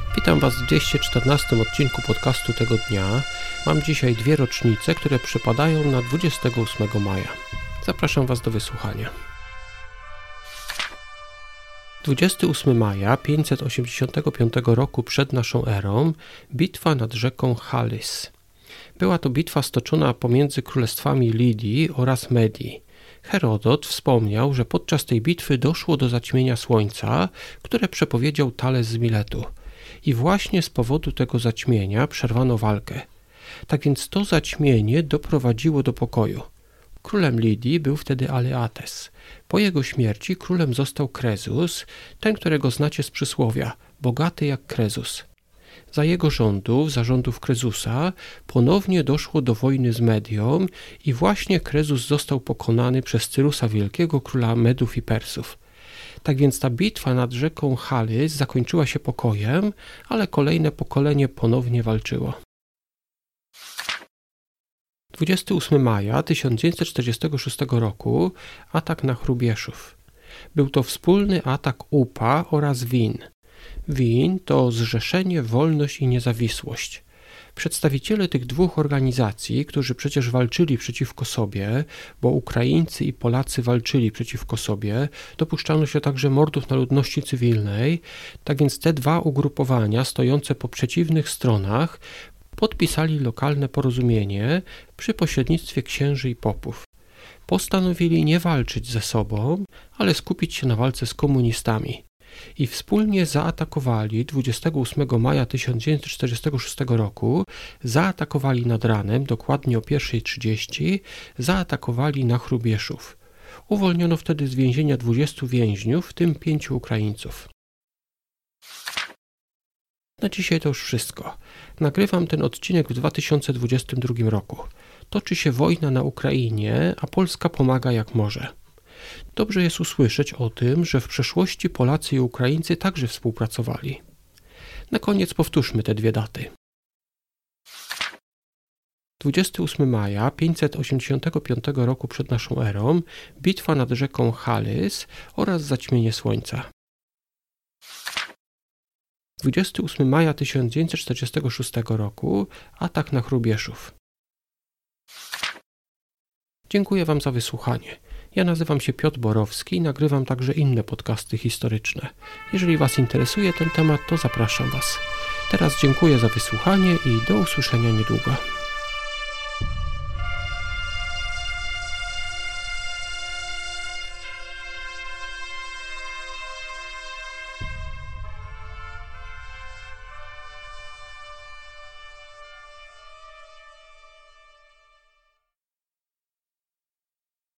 Witam Was w 214 odcinku podcastu tego dnia. Mam dzisiaj dwie rocznice, które przypadają na 28 maja. Zapraszam Was do wysłuchania. 28 maja 585 roku przed naszą erą, bitwa nad rzeką Halys. Była to bitwa stoczona pomiędzy królestwami Lidii oraz Medii. Herodot wspomniał, że podczas tej bitwy doszło do zaćmienia słońca, które przepowiedział Tales z Miletu. I właśnie z powodu tego zaćmienia przerwano walkę. Tak więc to zaćmienie doprowadziło do pokoju. Królem Lidii był wtedy Aleates. Po jego śmierci królem został Krezus, ten, którego znacie z przysłowia, bogaty jak Krezus. Za jego rządów, za rządów Krezusa, ponownie doszło do wojny z Medią i właśnie Krezus został pokonany przez Cyrusa Wielkiego, króla Medów i Persów. Tak więc ta bitwa nad rzeką Halys zakończyła się pokojem, ale kolejne pokolenie ponownie walczyło. 28 maja 1946 roku atak na Hrubieszów. Był to wspólny atak UPA oraz WIN. WIN to Zrzeszenie, Wolność i Niezawisłość. Przedstawiciele tych dwóch organizacji, którzy przecież walczyli przeciwko sobie, bo Ukraińcy i Polacy walczyli przeciwko sobie, dopuszczano się także mordów na ludności cywilnej, tak więc te dwa ugrupowania stojące po przeciwnych stronach podpisali lokalne porozumienie przy pośrednictwie księży i popów. Postanowili nie walczyć ze sobą, ale skupić się na walce z komunistami. I wspólnie zaatakowali 28 maja 1946 roku, zaatakowali nad ranem, dokładnie o 1:30, zaatakowali na Hrubieszów. Uwolniono wtedy z więzienia 20 więźniów, w tym 5 Ukraińców. Na dzisiaj to już wszystko. Nagrywam ten odcinek w 2022 roku. Toczy się wojna na Ukrainie, a Polska pomaga jak może. Dobrze jest usłyszeć o tym, że w przeszłości Polacy i Ukraińcy także współpracowali. Na koniec powtórzmy te dwie daty. 28 maja 585 roku przed naszą erą, bitwa nad rzeką Halys oraz zaćmienie słońca. 28 maja 1946 roku, atak na Hrubieszów. Dziękuję Wam za wysłuchanie. Ja nazywam się Piotr Borowski i nagrywam także inne podcasty historyczne. Jeżeli Was interesuje ten temat, to zapraszam Was. Teraz dziękuję za wysłuchanie i do usłyszenia niedługo.